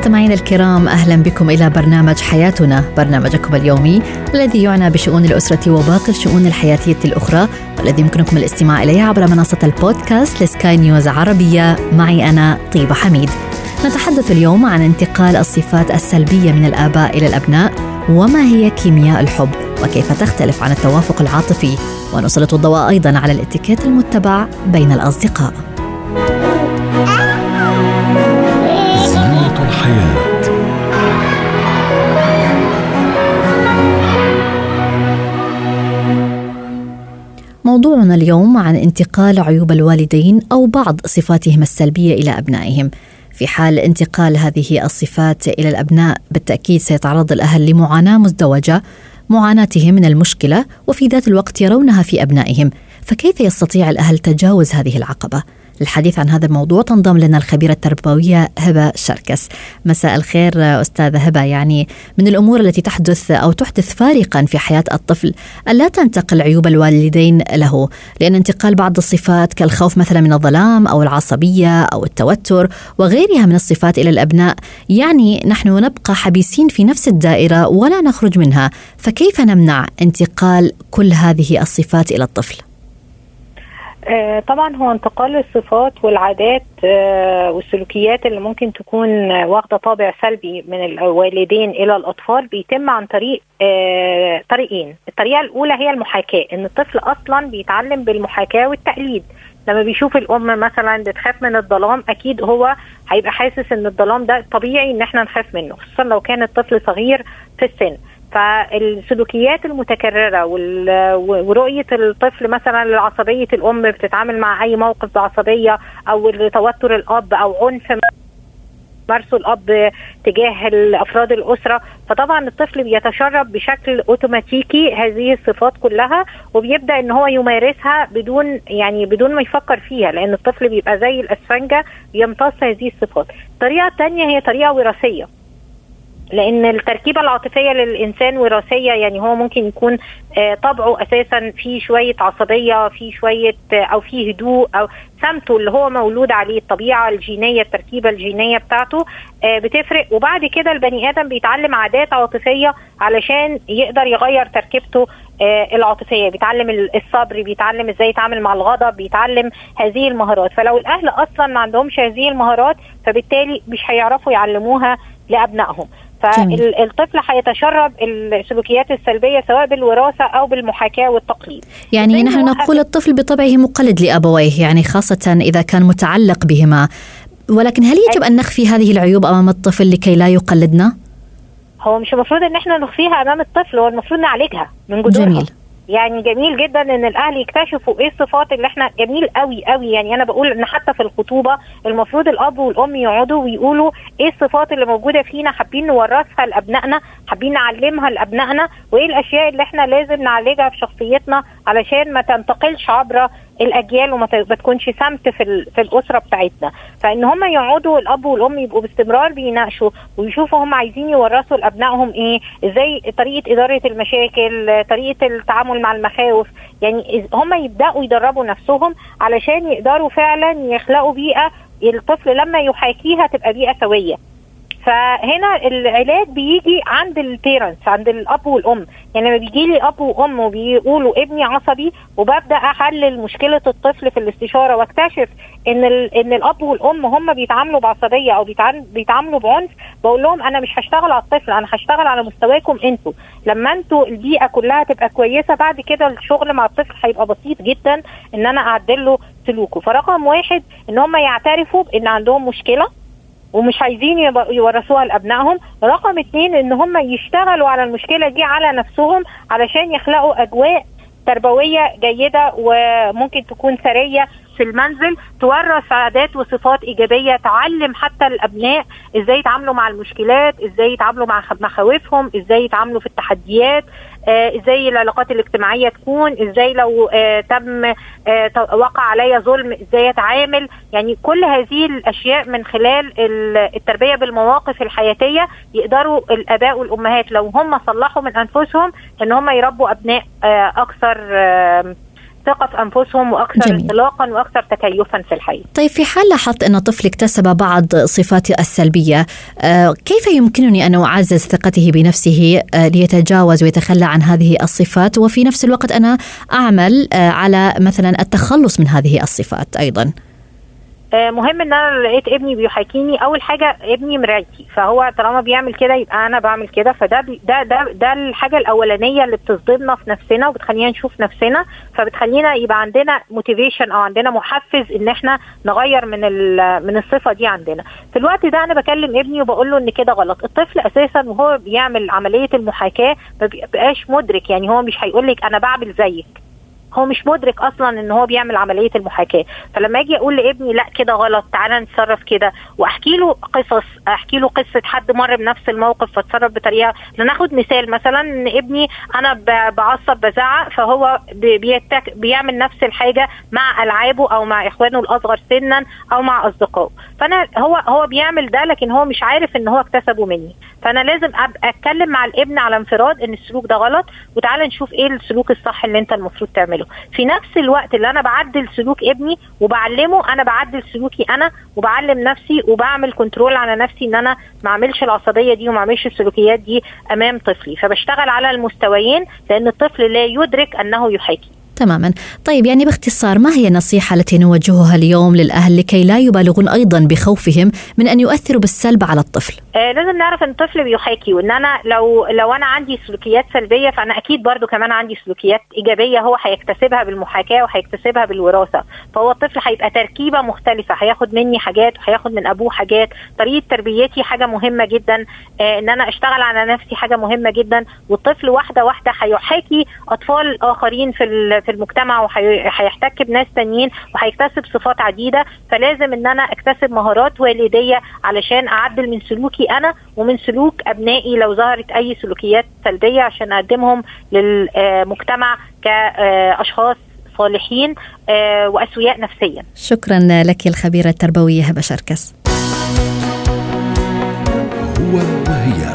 مستمعين الكرام، أهلا بكم إلى برنامج حياتنا، برنامجكم اليومي الذي يعنى بشؤون الأسرة وباقي الشؤون الحياتية الأخرى، والذي يمكنكم الاستماع إليه عبر منصة البودكاست لسكاي نيوز عربية. معي أنا طيبة حميد. نتحدث اليوم عن انتقال الصفات السلبية من الآباء إلى الأبناء، وما هي كيمياء الحب وكيف تختلف عن التوافق العاطفي، ونسلط الضوء أيضا على الاتيكيت المتبع بين الأصدقاء. زينة الحياة. موضوعنا اليوم عن انتقال عيوب الوالدين أو بعض صفاتهم السلبية إلى أبنائهم. في حال انتقال هذه الصفات إلى الأبناء بالتأكيد سيتعرض الأهل لمعاناة مزدوجة، معاناتهم من المشكلة وفي ذات الوقت يرونها في أبنائهم، فكيف يستطيع الأهل تجاوز هذه العقبة؟ للحديث عن هذا الموضوع تنضم لنا الخبيرة التربوية هبة شركس. مساء الخير أستاذة هبة. يعني من الأمور التي تحدث أو تحدث فارقا في حياة الطفل ألا تنتقل عيوب الوالدين له، لأن انتقال بعض الصفات كالخوف مثلا من الظلام أو العصبية أو التوتر وغيرها من الصفات إلى الأبناء، يعني نحن نبقى حبيسين في نفس الدائرة ولا نخرج منها، فكيف نمنع انتقال كل هذه الصفات إلى الطفل؟ طبعا هو انتقال الصفات والعادات والسلوكيات اللي ممكن تكون واخدة طابع سلبي من الوالدين إلى الأطفال بيتم عن طريق طريقين. الطريقة الأولى هي المحاكاة، إن الطفل أصلا بيتعلم بالمحاكاة والتقليد. لما بيشوف الأم مثلا بتخاف من الظلام، أكيد هو هيبقى حاسس إن الظلام ده طبيعي إن احنا نخاف منه، خصوصا لو كان الطفل صغير في السن. فالسلوكيات المتكررة ورؤية الطفل مثلا لعصبية الأم بتتعامل مع أي موقف بعصبية، أو توتر الأب أو عنف مارسه الأب تجاه أفراد الأسرة، فطبعا الطفل بيتشرب بشكل أوتوماتيكي هذه الصفات كلها، وبيبدأ إن هو يمارسها بدون ما يفكر فيها، لأن الطفل بيبقى زي الأسفنجة يمتص هذه الصفات. الطريقة الثانية هي طريقة وراثية، لأن التركيبة العاطفية للإنسان وراثية، يعني هو ممكن يكون طبعه أساسا في شوية عصبية، في شوية أو في هدوء، أو سمته اللي هو مولود عليه، الطبيعة الجينية، التركيبة الجينية بتاعته بتفرق. وبعد كده البني آدم بيتعلم عادات عاطفية علشان يقدر يغير تركيبته العاطفية، بيتعلم الصبر، بيتعلم ازاي يتعامل مع الغضب، بيتعلم هذه المهارات. فلو الأهل أصلا ما عندهمش هذه المهارات، فبالتالي مش هيعرفوا يعلموها لأبنائهم، فالطفل هيتشرب السلوكيات السلبية سواء بالوراثة أو بالمحاكاة والتقليد. يعني نحن نقول الطفل بطبعه مقلد لأبويه، يعني خاصة إذا كان متعلق بهما، ولكن هل يجب أن نخفي هذه العيوب أمام الطفل لكي لا يقلدنا؟ هو مش المفروض أن احنا نخفيها أمام الطفل، هو المفروض نعالجها من جذورها. جميل. يعني جميل جدا ان الاهل يكتشفوا ايه الصفات اللي احنا، جميل قوي قوي. يعني انا بقول ان حتى في الخطوبه المفروض الاب والام يقعدوا ويقولوا ايه الصفات اللي موجوده فينا حابين نورثها لابنائنا، حابين نعلمها لابنائنا، وايه الاشياء اللي احنا لازم نعالجها في شخصيتنا علشان ما تنتقلش عبر الاجيال وما تكونش سمت في الاسره بتاعتنا. فان هم يقعدوا الاب والام يبقوا باستمرار بيناقشوا ويشوفوا هم عايزين يورثوا لابنائهم ايه، ازاي طريقه اداره المشاكل، طريقه التعامل مع المخاوف. يعني هم يبداوا يدربوا نفسهم علشان يقدروا فعلا يخلقوا بيئه الطفل لما يحاكيها تبقى بيئه سويه. فهنا العلاج بيجي عند البيرنتس، عند الاب والام. يعني لما بيجي لي اب وام وبيقولوا ابني عصبي، وببدا احلل مشكله الطفل في الاستشاره واكتشف ان الاب والام هم بيتعاملوا بعصبيه او بيتعاملوا بعنف، بقول لهم انا مش هشتغل على الطفل، انا هشتغل على مستواكم انتوا. لما انتوا البيئه كلها تبقى كويسه، بعد كده الشغل مع الطفل هيبقى بسيط جدا ان انا اعدل له سلوكه. فرقم 1 ان هم يعترفوا ان عندهم مشكله ومش عايزين يورثوها لأبنائهم. رقم 2 ان هم يشتغلوا على المشكلة دي على نفسهم علشان يخلقوا أجواء تربوية جيدة وممكن تكون ثرية في المنزل، تورث عادات وصفات إيجابية، تعلم حتى الأبناء إزاي يتعاملوا مع المشكلات، إزاي يتعاملوا مع مخاوفهم، إزاي يتعاملوا في التحديات، إزاي العلاقات الاجتماعية تكون، إزاي لو وقع عليا ظلم إزاي يتعامل. يعني كل هذه الأشياء من خلال التربية بالمواقف الحياتية يقدروا الآباء والأمهات لو هم صلحوا من أنفسهم إن هم يربوا أبناء أكثر ثقة في أنفسهم وأكثر انطلاقا وأكثر تكيفا في الحياة. طيب في حال لاحظت أن طفل اكتسب بعض صفاته السلبية، كيف يمكنني أن أعزز ثقته بنفسه ليتجاوز ويتخلى عن هذه الصفات، وفي نفس الوقت أنا أعمل على مثلا التخلص من هذه الصفات أيضا؟ مهم ان انا لقيت ابني بيحاكيني. اول حاجه ابني مرايتي، فهو طالما بيعمل كده يبقى انا بعمل كده، فده ده الحاجه الاولانيه اللي بتصدمنا في نفسنا وبتخلينا نشوف نفسنا، فبتخلينا يبقى عندنا موتيفيشن او عندنا محفز ان احنا نغير من الصفه دي عندنا. في الوقت ده انا بكلم ابني وبقول له ان كده غلط. الطفل اساسا وهو بيعمل عمليه المحاكاه ما بيبقاش مدرك، يعني هو مش هيقول لك انا بعمل زيك، هو مش مدرك اصلا ان هو بيعمل عمليه المحاكاه. فلما اجي اقول لابني لا كده غلط، تعالى نتصرف كده، واحكي له قصص، احكي له قصه حد مر بنفس الموقف فاتصرف بطريقه. لناخد مثال مثلا ان ابني انا بعصب بزعق، فهو بيعمل نفس الحاجه مع العابه او مع اخوانه الاصغر سنا او مع اصدقائه، فانا هو بيعمل ده لكن هو مش عارف ان هو اكتسبه مني. فانا لازم اتكلم مع الابن على انفراد ان السلوك ده غلط، وتعالى نشوف ايه السلوك الصح اللي انت المفروض تعمله. في نفس الوقت اللي انا بعدل سلوك ابني وبعلمه، انا بعدل سلوكي انا وبعلم نفسي وبعمل كنترول على نفسي ان انا ما اعملش العصبيه دي وما اعملش السلوكيات دي امام طفلي. فبشتغل على المستويين لان الطفل لا يدرك انه يحاكي. تماما. طيب يعني باختصار، ما هي النصيحة التي نوجهها اليوم للأهل لكي لا يبالغون أيضا بخوفهم من أن يؤثروا بالسلب على الطفل؟ لازم نعرف ان الطفل بيحاكي، وان انا لو انا عندي سلوكيات سلبية فانا اكيد برضو كمان عندي سلوكيات ايجابية هو هيكتسبها بالمحاكاة وهيكتسبها بالوراثة. فهو الطفل هيبقى تركيبة مختلفة، هياخد مني حاجات وهياخد من ابوه حاجات. طريقة تربيتي حاجة مهمة جدا، ان انا اشتغل على نفسي حاجة مهمة جدا. والطفل واحدة واحدة هيحاكي اطفال اخرين في المجتمع وهيحتك بناس تانيين وهيكتسب صفات عديدة. فلازم ان انا اكتسب مهارات والدية علشان اعدل من سلوكي انا ومن سلوك ابنائي لو ظهرت اي سلوكيات سلبية، عشان اقدمهم للمجتمع كاشخاص صالحين واسوياء نفسيا. شكرا لك الخبيرة التربوية هبة شركس. هو وهي.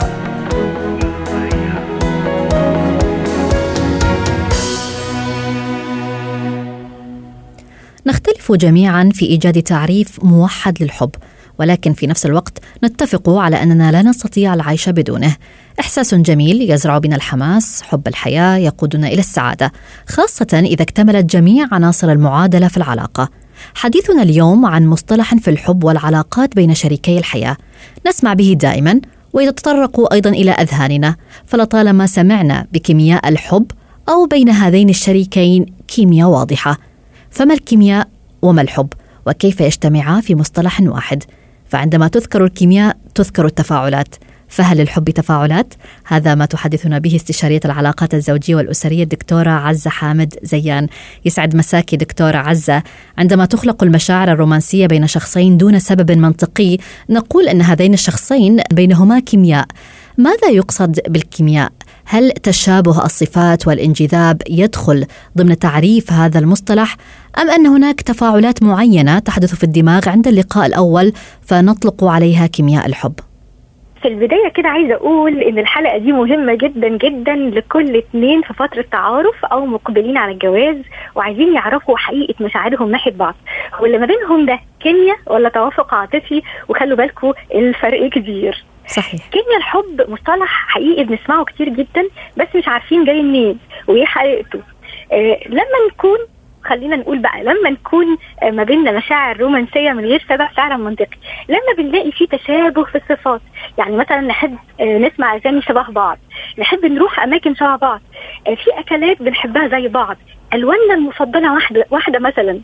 نختلف جميعا في إيجاد تعريف موحد للحب، ولكن في نفس الوقت نتفق على أننا لا نستطيع العيش بدونه. إحساس جميل يزرع بنا الحماس، حب الحياة يقودنا إلى السعادة، خاصة إذا اكتملت جميع عناصر المعادلة في العلاقة. حديثنا اليوم عن مصطلح في الحب والعلاقات بين شريكي الحياة نسمع به دائما ويتطرق أيضا إلى أذهاننا، فلطالما سمعنا بكيمياء الحب أو بين هذين الشريكين كيمياء واضحة. فما الكيمياء وما الحب، وكيف يجتمعا في مصطلح واحد؟ فعندما تذكر الكيمياء تذكر التفاعلات، فهل الحب تفاعلات؟ هذا ما تحدثنا به استشارية العلاقات الزوجية والأسرية الدكتورة عزة حامد زيان. يسعد مساكي دكتورة عزة. عندما تخلق المشاعر الرومانسية بين شخصين دون سبب منطقي نقول أن هذين الشخصين بينهما كيمياء. ماذا يقصد بالكيمياء؟ هل تشابه الصفات والانجذاب يدخل ضمن تعريف هذا المصطلح، أم أن هناك تفاعلات معينة تحدث في الدماغ عند اللقاء الأول فنطلق عليها كيمياء الحب؟ في البداية كده عايزة أقول إن الحلقة دي مهمة جدا جدا لكل اتنين في فترة تعارف أو مقبلين على الجواز وعايزين يعرفوا حقيقة مشاعرهم ناحية بعض، واللي ما بينهم ده كيمياء ولا توافق عاطفي. وخلوا بالكم الفرق كبير. صحيح. كيمياء الحب مصطلح حقيقي بنسمعه كتير جدا بس مش عارفين جاي منين وإيه حقيقته. لما نكون خلينا نقول بقى لما نكون ما بيننا مشاعر رومانسية من غير سبب فعلا منطقي، لما بنلاقي فيه تشابه في الصفات، يعني مثلا نحب نسمع أغاني شبه بعض، نحب نروح أماكن شبه بعض، في أكلات بنحبها زي بعض، ألواننا المفضلة واحدة مثلا.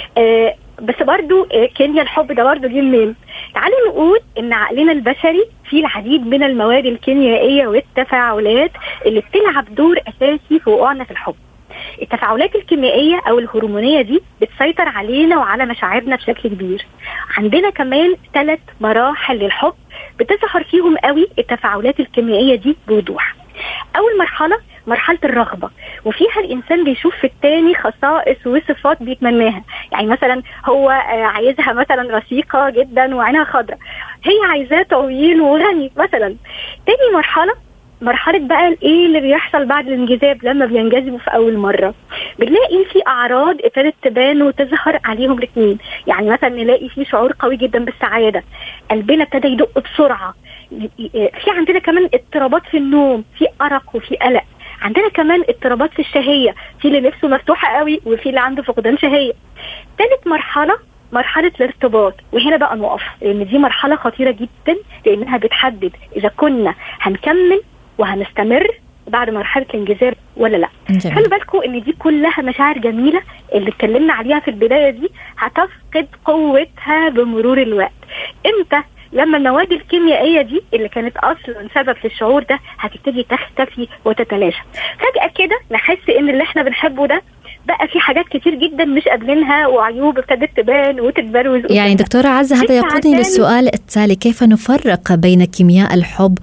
بس برضو كيمياء الحب ده برضو جه منين؟ تعالوا نقول إن عقلنا البشري فيه العديد من المواد الكيميائية والتفاعلات اللي بتلعب دور أساسي في وقوعنا في الحب. التفاعلات الكيميائية أو الهرمونية دي بتسيطر علينا وعلى مشاعرنا بشكل كبير. عندنا كمان 3 مراحل للحب بتظهر فيهم قوي التفاعلات الكيميائية دي بوضوح. أول مرحلة مرحلة الرغبة، وفيها الإنسان بيشوف في التاني خصائص وصفات بيتمناها. يعني مثلا هو عايزها مثلا رشيقة جدا وعينها خضراء، هي عايزاه طويل وغني مثلا. تاني مرحلة مرحلة بقى ايه اللي بيحصل بعد الانجذاب لما بينجذبوا في اول مرة؟ بنلاقي في اعراض ابتدت تبان وتظهر عليهم الاثنين. يعني مثلا نلاقي في شعور قوي جدا بالسعادة، قلبنا ابتدى يدق بسرعة، في عندنا كمان اضطرابات في النوم، في ارق وفي قلق، عندنا كمان اضطرابات في الشهية، في اللي نفسه مفتوحة قوي وفي اللي عنده فقدان شهية. ثالث مرحلة الارتباط، وهنا بقى نقف لان دي مرحلة خطيرة جدا لانها بتحدد اذا كنا هنكمل وهنستمر بعد مرحلة الانجذاب ولا لا. خلوا بالكم ان دي كلها مشاعر جميلة اللي اتكلمنا عليها في البداية دي هتفقد قوتها بمرور الوقت. امتى؟ لما المواد الكيميائية دي اللي كانت اصلا سبب في الشعور ده هتبتدي تختفي وتتلاشى. فجأة كده نحس ان اللي احنا بنحبه ده بقى في حاجات كتير جدا مش قابلينها وعيوب ابتدت تبان وتتبروز. يعني دكتورة عزة هذا يقودني للسؤال التالي، كيف نفرق بين كيمياء الحب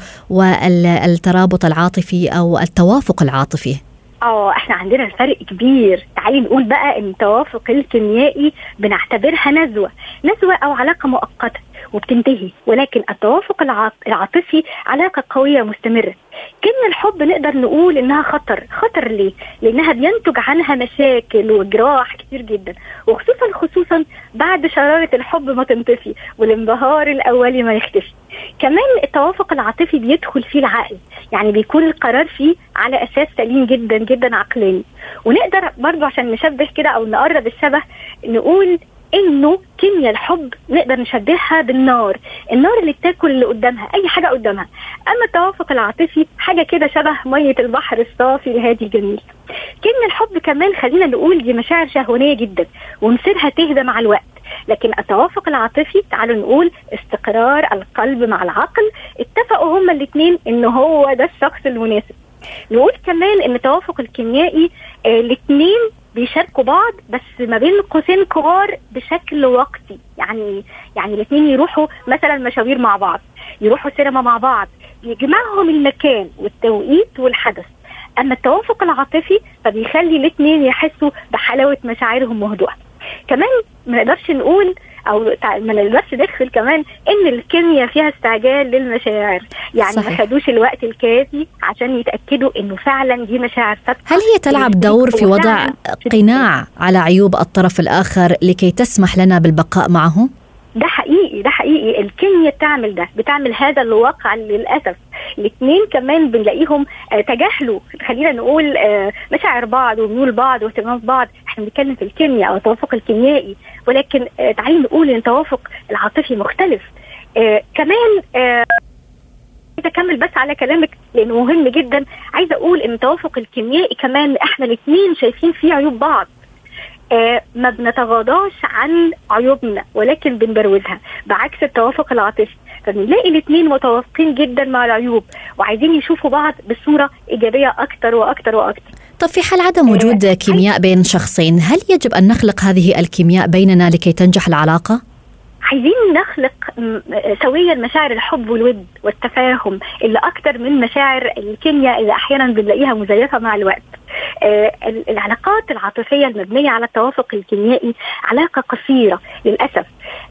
والترابط العاطفي أو التوافق العاطفي؟ احنا عندنا فرق كبير. تعالي نقول بقى ان التوافق الكيميائي بنعتبرها نزوة او علاقة مؤقتة وبتنتهي، ولكن التوافق العاطفي علاقة قوية مستمرة. كيمياء الحب نقدر نقول انها خطر ليه؟ لانها بينتج عنها مشاكل وجراح كتير جدا، وخصوصا بعد شرارة الحب ما تنطفي والانبهار الاولي ما يختفي. كمان التوافق العاطفي بيدخل فيه العقل، يعني بيكون القرار فيه على اساس سليم جدا جدا عقلاني. ونقدر برضو عشان نشبه كده او نقرب الشبه نقول انه كيمياء الحب نقدر نشبهها بالنار اللي بتاكل اللي قدامها، اي حاجة قدامها. اما التوافق العاطفي حاجة كده شبه مية البحر الصافي الهادي الجميل. كيمياء الحب كمان خلينا نقول دي مشاعر شهوانية جدا ومصيرها تهدى مع الوقت، لكن التوافق العاطفي تعالوا نقول استقرار القلب مع العقل، اتفقوا هما الاثنين ان هو ده الشخص المناسب. نقول كمان ان التوافق الكيميائي الاثنين بيشاركوا بعض بس ما بين قوسين كبار بشكل وقتي، يعني الاثنين يروحوا مثلا مشاوير مع بعض، يروحوا سينما مع بعض، يجمعهم المكان والتوقيت والحدث. اما التوافق العاطفي فبيخلي الاثنين يحسوا بحلاوة مشاعرهم وهدوءها. كمان ما نقدرش نقول او ما نقدرش ندخل كمان ان الكيمياء فيها استعجال للمشاعر، يعني ما خدوش الوقت الكافي عشان يتاكدوا انه فعلا دي مشاعر ثابته. هل هي تلعب دور في وضع قناع على عيوب الطرف الاخر لكي تسمح لنا بالبقاء معه؟ ده حقيقي الكيمياء بتعمل هذا الواقع للأسف. الاثنين كمان بنلاقيهم تجاهلوا خلينا نقول مشاعر بعض وميول بعض واهتمام بعض. احنا بنتكلم في الكيمياء او التوافق الكيميائي، ولكن تعالي نقول ان التوافق العاطفي مختلف. كمان عايزه اكمل بس على كلامك لانه مهم جدا. عايزه اقول ان التوافق الكيميائي كمان احنا الاثنين شايفين فيه عيوب بعض، ما بنتغاضاش عن عيوبنا ولكن بنبروزها، بعكس التوافق العاطفي فبنلاقي الاثنين متوافقين جدا مع العيوب وعايزين يشوفوا بعض بصورة إيجابية أكتر وأكتر وأكتر. طب في حال عدم وجود كيمياء بين شخصين، هل يجب أن نخلق هذه الكيمياء بيننا لكي تنجح العلاقة؟ عايزين نخلق سويا مشاعر الحب والود والتفاهم اللي أكتر من مشاعر الكيمياء اللي أحيانا بنلاقيها مزيفة مع الوقت. العلاقات العاطفية المبنية على التوافق الكيميائي علاقة قصيرة للأسف،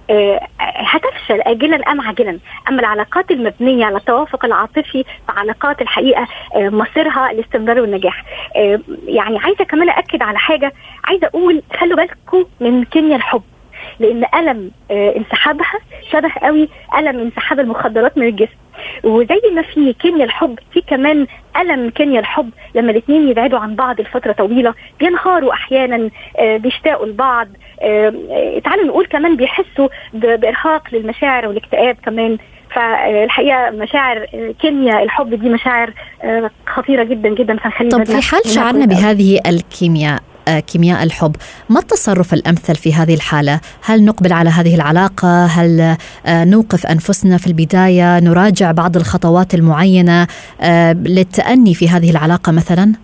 هتفشل آجلا أم عاجلا. أما العلاقات المبنية على التوافق العاطفي فعلاقات الحقيقة مصيرها الاستمرار والنجاح. يعني عايزة كمان أكد على حاجة، عايزة أقول خلوا بالكم من كيمياء الحب، لأن ألم انسحابها شبه قوي ألم انسحاب المخدرات من الجسم. وزي ما في كيمياء الحب في كمان ألم كيمياء الحب لما الاثنين يبعدوا عن بعض لفترة طويلة، بينهاروا أحيانا، بيشتاقوا لبعض، تعالوا نقول كمان بيحسوا بإرهاق للمشاعر والاكتئاب كمان. فالحقيقة مشاعر كيمياء الحب دي مشاعر خطيرة جدا جدا. طب في حال شعرنا بهذه الكيمياء كيمياء الحب، ما التصرف الأمثل في هذه الحالة؟ هل نقبل على هذه العلاقة؟ هل نوقف أنفسنا في البداية، نراجع بعض الخطوات المعينة للتأني في هذه العلاقة مثلا؟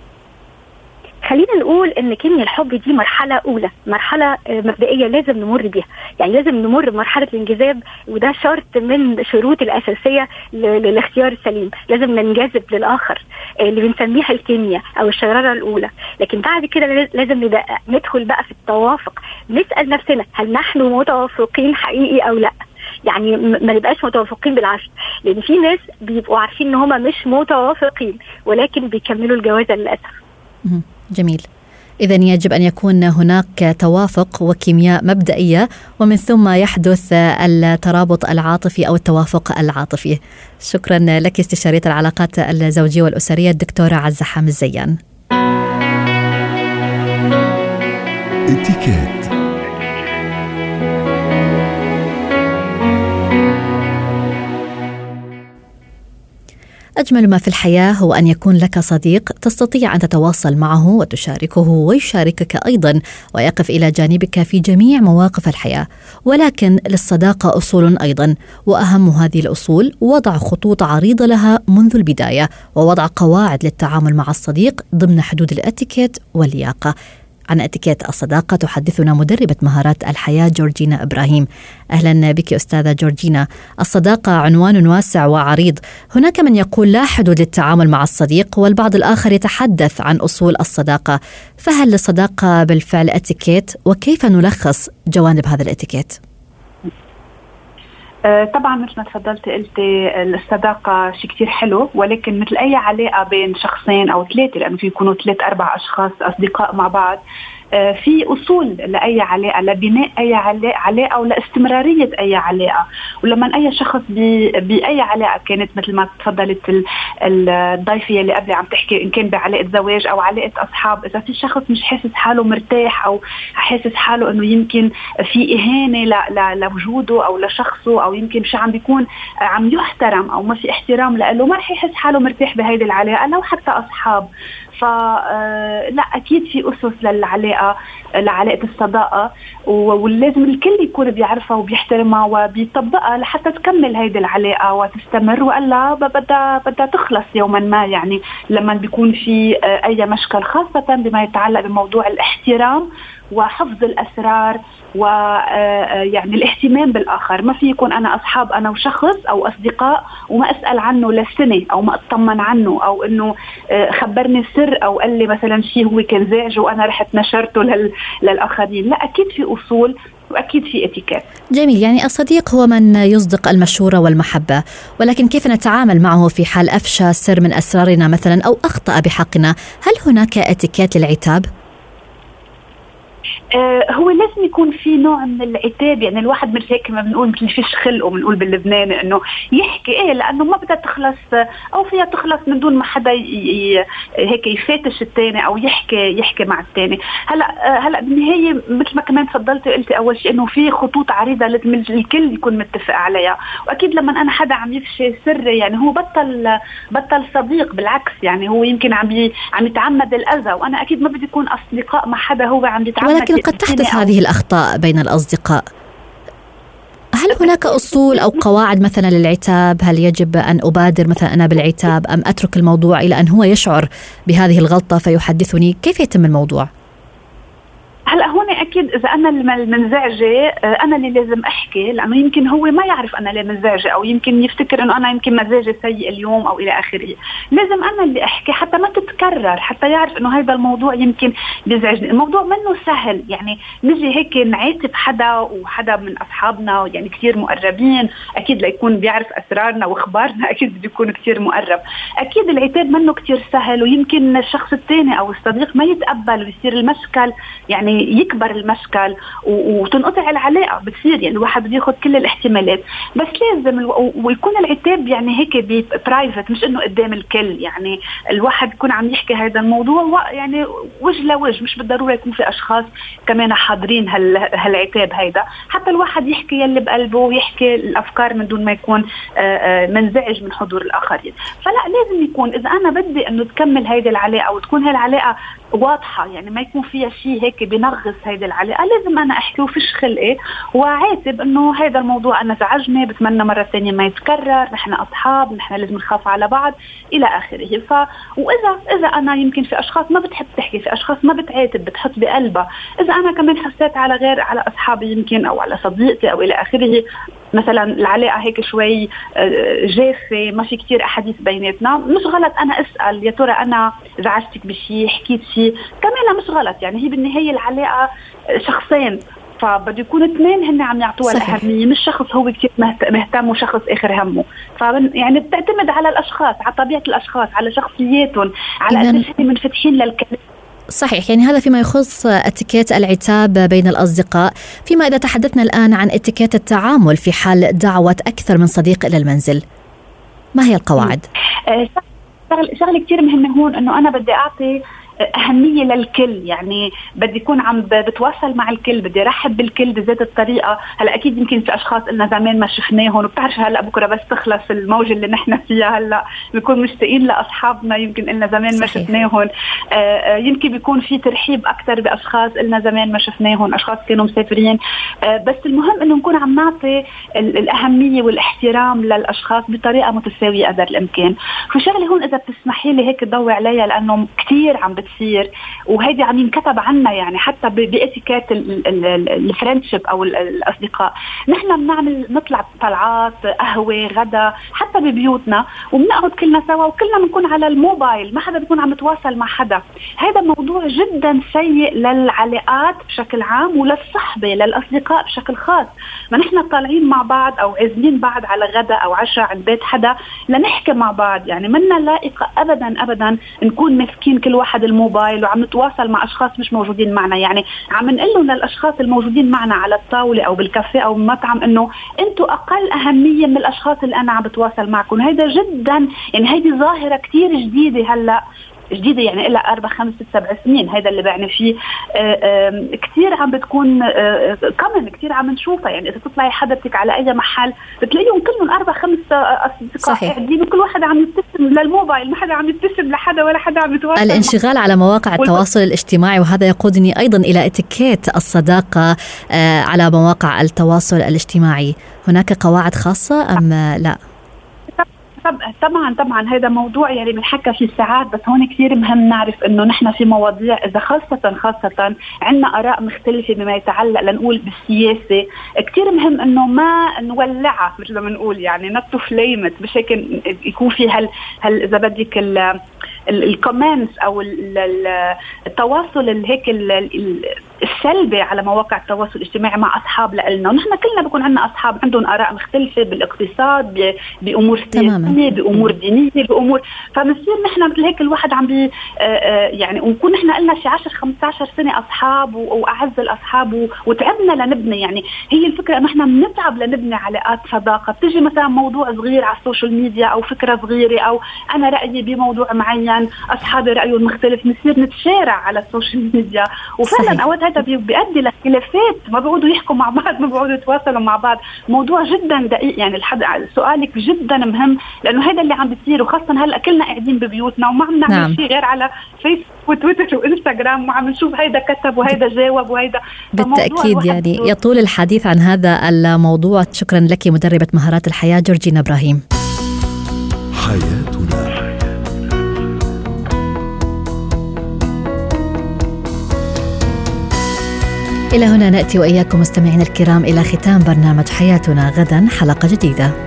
خلينا نقول ان كيمياء الحب دي مرحلة اولى، مرحلة مبدئية لازم نمر بيها، يعني لازم نمر بمرحلة الانجذاب، وده شرط من شروط الاساسية للاختيار السليم. لازم ننجذب للاخر اللي بنسميها الكيمياء او الشرارة الاولى. لكن بعد كده لازم ندخل بقى في التوافق، نسأل نفسنا هل نحن متوافقين حقيقي او لا. يعني ما نبقاش متوافقين بالعافيه، لان في ناس بيبقوا عارفين ان هم مش متوافقين ولكن بيكملوا الجوازه للاسف. جميل. إذن يجب أن يكون هناك توافق وكيمياء مبدئية، ومن ثم يحدث الترابط العاطفي أو التوافق العاطفي. شكرا لك استشارية العلاقات الزوجية والأسرية الدكتورة عزة حامد زيان. اتكات. أجمل ما في الحياة هو أن يكون لك صديق تستطيع أن تتواصل معه وتشاركه ويشاركك أيضا، ويقف إلى جانبك في جميع مواقف الحياة. ولكن للصداقة أصول أيضا، وأهم هذه الأصول وضع خطوط عريضة لها منذ البداية، ووضع قواعد للتعامل مع الصديق ضمن حدود الاتيكيت واللياقة. عن اتيكيت الصداقة تحدثنا مدربة مهارات الحياة جورجينا إبراهيم. أهلا بك أستاذة جورجينا. الصداقة عنوان واسع وعريض، هناك من يقول لا حدود للتعامل مع الصديق، والبعض الآخر يتحدث عن أصول الصداقة. فهل للصداقة بالفعل اتيكيت، وكيف نلخص جوانب هذا الاتيكيت؟ طبعا مثل ما تفضلتي قلتي الصداقة شيء كتير حلو، ولكن مثل أي علاقة بين شخصين أو ثلاثة، لأنه في يكونوا 3-4 أشخاص أصدقاء مع بعض، في أصول لأي علاقة، لبناء أي علاقة ولاستمرارية أي علاقة. ولما أي شخص بأي علاقة كانت مثل ما تفضلت الضيفية اللي قبل عم تحكي، إن كان بعلاقة زواج أو علاقة أصحاب، إذا في شخص مش حاسس حاله مرتاح أو حاسس حاله إنه يمكن في إهانة لوجوده أو لشخصه، أو يمكن مش عم بيكون عم يحترم أو ما في احترام له، ما رح يحس حاله مرتاح بهيدي العلاقة لو حتى أصحاب. فلا أكيد في أسس لعلاقة الصداقة، ولازم الكل يكون بيعرفها وبيحترمها وبيطبقها لحتى تكمل هيدي العلاقة وتستمر، وإلا بدها تخلص يوما ما. يعني لما بيكون في أي مشكل، خاصة بما يتعلق بموضوع الاحترام وحفظ الأسرار ويعني الاهتمام بالآخر. ما في يكون أنا أصحاب أنا وشخص أو أصدقاء وما أسأل عنه لسنة، أو ما أطمن عنه، أو إنه خبرني سر، أو قال لي مثلا شيء هو كان زعج وأنا رحت نشرته للآخرين. لا، أكيد في أصول وأكيد في اتيكيت. جميل. يعني الصديق هو من يصدق المشورة والمحبة، ولكن كيف نتعامل معه في حال أفشى سر من أسرارنا مثلا أو أخطأ بحقنا؟ هل هناك اتيكيت للعتاب؟ هو لازم يكون في نوع من العتاب. يعني الواحد مش هيك ما بنقول مثل فيش خلقه، بنقول باللبناني انه يحكي لانه ما بدها تخلص او فيها تخلص من دون ما حدا هيك يفاتش الثاني او يحكي مع الثاني. هلا بالنهايه مثل ما كمان تفضلتي قلتي اول شيء انه في خطوط عريضه لازم الكل يكون متفق عليها. واكيد لما انا حدا عم يفشي سر، يعني هو بطل صديق، بالعكس يعني هو يمكن عم يتعمد الاذى، وانا اكيد ما بدي يكون اصدقاء مع حدا هو عم يتعمد. ولكن قد تحدث هذه الأخطاء بين الأصدقاء. هل هناك أصول أو قواعد مثلا للعتاب؟ هل يجب أن أبادر مثلا أنا بالعتاب أم أترك الموضوع إلى أن هو يشعر بهذه الغلطة فيحدثني؟ كيف يتم الموضوع؟ هلا هون اكيد اذا انا المنزعجه انا اللي لازم احكي، لانه يمكن هو ما يعرف انا ليه منزعجه، او يمكن يفتكر انه انا يمكن مزاجي سيء اليوم او الى اخره. لازم انا اللي احكي حتى ما تتكرر، حتى يعرف انه هذا الموضوع يمكن بيزعجني. الموضوع منه سهل، يعني نجي هيك نعاتب حدا وحدا من اصحابنا يعني كثير مقربين، اكيد ليكون بيعرف اسرارنا واخبارنا، اكيد بيكون كثير مقرب. اكيد العتاب منه كثير سهل، ويمكن الشخص الثاني او الصديق ما يتقبل ويصير المشكل يعني يكبر المشكل وتنقطع العلاقة بتصير. يعني الواحد بده ياخذ كل الاحتمالات، بس لازم ويكون العتاب يعني هيك برايفت، مش انه قدام الكل. يعني الواحد يكون عم يحكي هذا الموضوع يعني وجه لوجه، مش بالضرورة يكون في اشخاص كمان حاضرين هالعتاب هيدا، حتى الواحد يحكي يلي بقلبه ويحكي الافكار من دون ما يكون منزعج من حضور الاخرين. فلا، لازم يكون اذا انا بدي انه تكمل هيدي العلاقة وتكون هاي العلاقة واضحة، يعني ما يكون فيها شيء هيك بنغص هيدي العلاقة، لازم أنا أحكي وفيش خلقي وعاتب إنه هذا الموضوع أنا زعجني، بتمنى مرة ثانية ما يتكرر، نحن أصحاب، نحن لازم نخاف على بعض إلى آخره. وإذا أنا يمكن في أشخاص ما بتحب تحكي، في أشخاص ما بتعاتب، بتحط بقلبها. إذا أنا كمان حسيت على أصحابي يمكن أو على صديقتي أو إلى آخره، مثلا العلاقة هيك شوي جافة، ما في كتير أحاديث بيناتنا، مش غلط أنا أسأل يا ترى أنا زعجتك بشي، حكيت شي، كمان مش غلط. يعني هي بالنهاية العلاقة شخصين، فبده يكون اثنين هن عم يعطوها الأهمية، مش شخص هو كتير مهتم وشخص آخر همه. يعني بتعتمد على الأشخاص، على طبيعة الأشخاص، على شخصياتهم، على قديش هن منفتحين للكلام. صحيح، يعني هذا فيما يخص اتيكيت العتاب بين الأصدقاء. فيما إذا تحدثنا الآن عن اتيكيت التعامل في حال دعوة أكثر من صديق إلى المنزل، ما هي القواعد؟ شغله كتير مهمه هون انه انا بدي اعطي أهمية للكل، يعني بدي يكون عم بتواصل مع الكل، بدي رحب بالكل بذات الطريقة. هلا أكيد يمكن في أشخاص إلنا زمان ما شفناهم، وبتعرف هلا بكرة بس تخلص الموجة اللي نحن فيها هلا بيكون مشتاقين لأصحابنا يمكن إلنا زمان ما شفناهم. يمكن بيكون في ترحيب أكتر بأشخاص إلنا زمان ما شفناهم، أشخاص كانوا مسافرين. بس المهم إنه نكون عم نعطي الأهمية والاحترام للأشخاص بطريقة متساوية قدر الإمكان. في شغلة هون إذا بتسمحي لي هيك تضوي عليها، لأنه كتير عم بتصير وهيدي عم ينكتب عنا، يعني حتى بإتيكيت الفريندشيب أو الأصدقاء. نحن بنعمل نطلع طلعات قهوة غدا حتى ببيوتنا، وبنقعد كلنا سوا وكلنا بنكون على الموبايل، ما حدا بيكون عم يتواصل مع حدا. هذا موضوع جدا سيء للعلاقات بشكل عام وللصحبة للأصدقاء بشكل خاص. ما نحن طالعين مع بعض أو عازمين بعض على غدا أو عشاء عند بيت حدا لنحكي مع بعض، يعني منا لائقة أبدا أبدا نكون مسكين كل واحد الموبايل وعم نتواصل مع أشخاص مش موجودين معنا. يعني عم نقول للأشخاص الموجودين معنا على الطاولة أو بالكافيه أو بالمطعم إنه أنتوا أقل أهمية من الأشخاص اللي أنا عم بتواصل معكم. هيدا جدا يعني هيدي ظاهرة كتير جديدة، هلأ جديدة يعني إلا 4 5 6 7 سنين. هذا اللي بعني فيه كتير عم بتكون كمان كتير عم نشوفها. يعني إذا تطلعي حدثك على أي محل بتلاقيهم كلهم 4 5 أصدقاء قاعدين وكل واحد عم يبتسم للموبايل، ما حدا عم يبتسم لحدا ولا حدا عم يتواصل. الانشغال على مواقع التواصل الاجتماعي، وهذا يقودني أيضا إلى اتيكيت الصداقة على مواقع التواصل الاجتماعي. هناك قواعد خاصة أم لا؟ طبعا هذا موضوع يعني بنحكى فيه ساعات، بس هون كثير مهم نعرف انه نحن في مواضيع اذا خاصة عندنا اراء مختلفة بما يتعلق لنقول بالسياسة، كثير مهم انه ما نولعها مثل ما بنقول، يعني not to flame it، بشكل يكون في اذا بدك الكومنتس او التواصل الهيك السلبي على مواقع التواصل الاجتماعي مع اصحاب لنا. ونحن كلنا بيكون عندنا اصحاب عندهم اراء مختلفة بالاقتصاد، بامور سياسية، بامور دينية، بامور، فبنصير نحن مثل هيك الواحد عم يعني ونكون نحن لنا شي 10 15 سنة اصحاب واعز الاصحاب وتعبنا لنبني. يعني هي الفكرة انه احنا بنتعب لنبني علاقات صداقة. بتيجي مثلا موضوع صغير على السوشيال ميديا او فكرة صغيرة او انا رأيي بموضوع معين اصحابي رأيهم مختلف، نصير نتشارع على السوشيال ميديا، وفعلا اوقات هذا بيؤدي لخلافات، ما بيقعدوا يحكوا مع بعض، ما بيقعدوا يتواصلوا مع بعض. موضوع جدا دقيق، يعني سؤالك جدا مهم، لانه هذا اللي عم بيصير، وخاصه هلا كلنا قاعدين ببيوتنا وما عم نعمل شيء غير على فيسبوك وتويتر وانستغرام، وعم نشوف هيدا كتب وهيدا جاوب وهيدا. بالتاكيد يعني يطول الحديث عن هذا الموضوع. شكرا لك مدربة مهارات الحياة جورجينا إبراهيم. حياتنا. إلى هنا نأتي وإياكم مستمعين الكرام إلى ختام برنامج حياتنا. غدا حلقة جديدة.